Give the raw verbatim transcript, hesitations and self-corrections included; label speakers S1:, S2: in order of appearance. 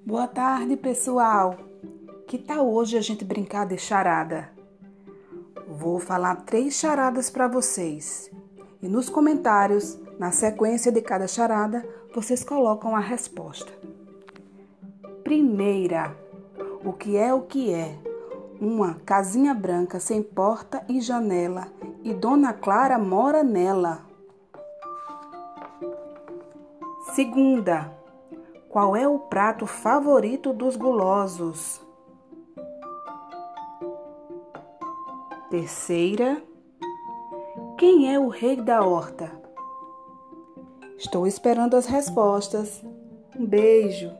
S1: Boa tarde, pessoal. Que tal hoje a gente brincar de charada? Vou falar três charadas para vocês. E nos comentários, na sequência de cada charada, vocês colocam a resposta. Primeira, o que é o que é? Uma casinha branca sem porta e janela, e Dona Clara mora nela. Segunda, qual é o prato favorito dos gulosos? Terceira, quem é o rei da horta? Estou esperando as respostas. Um beijo!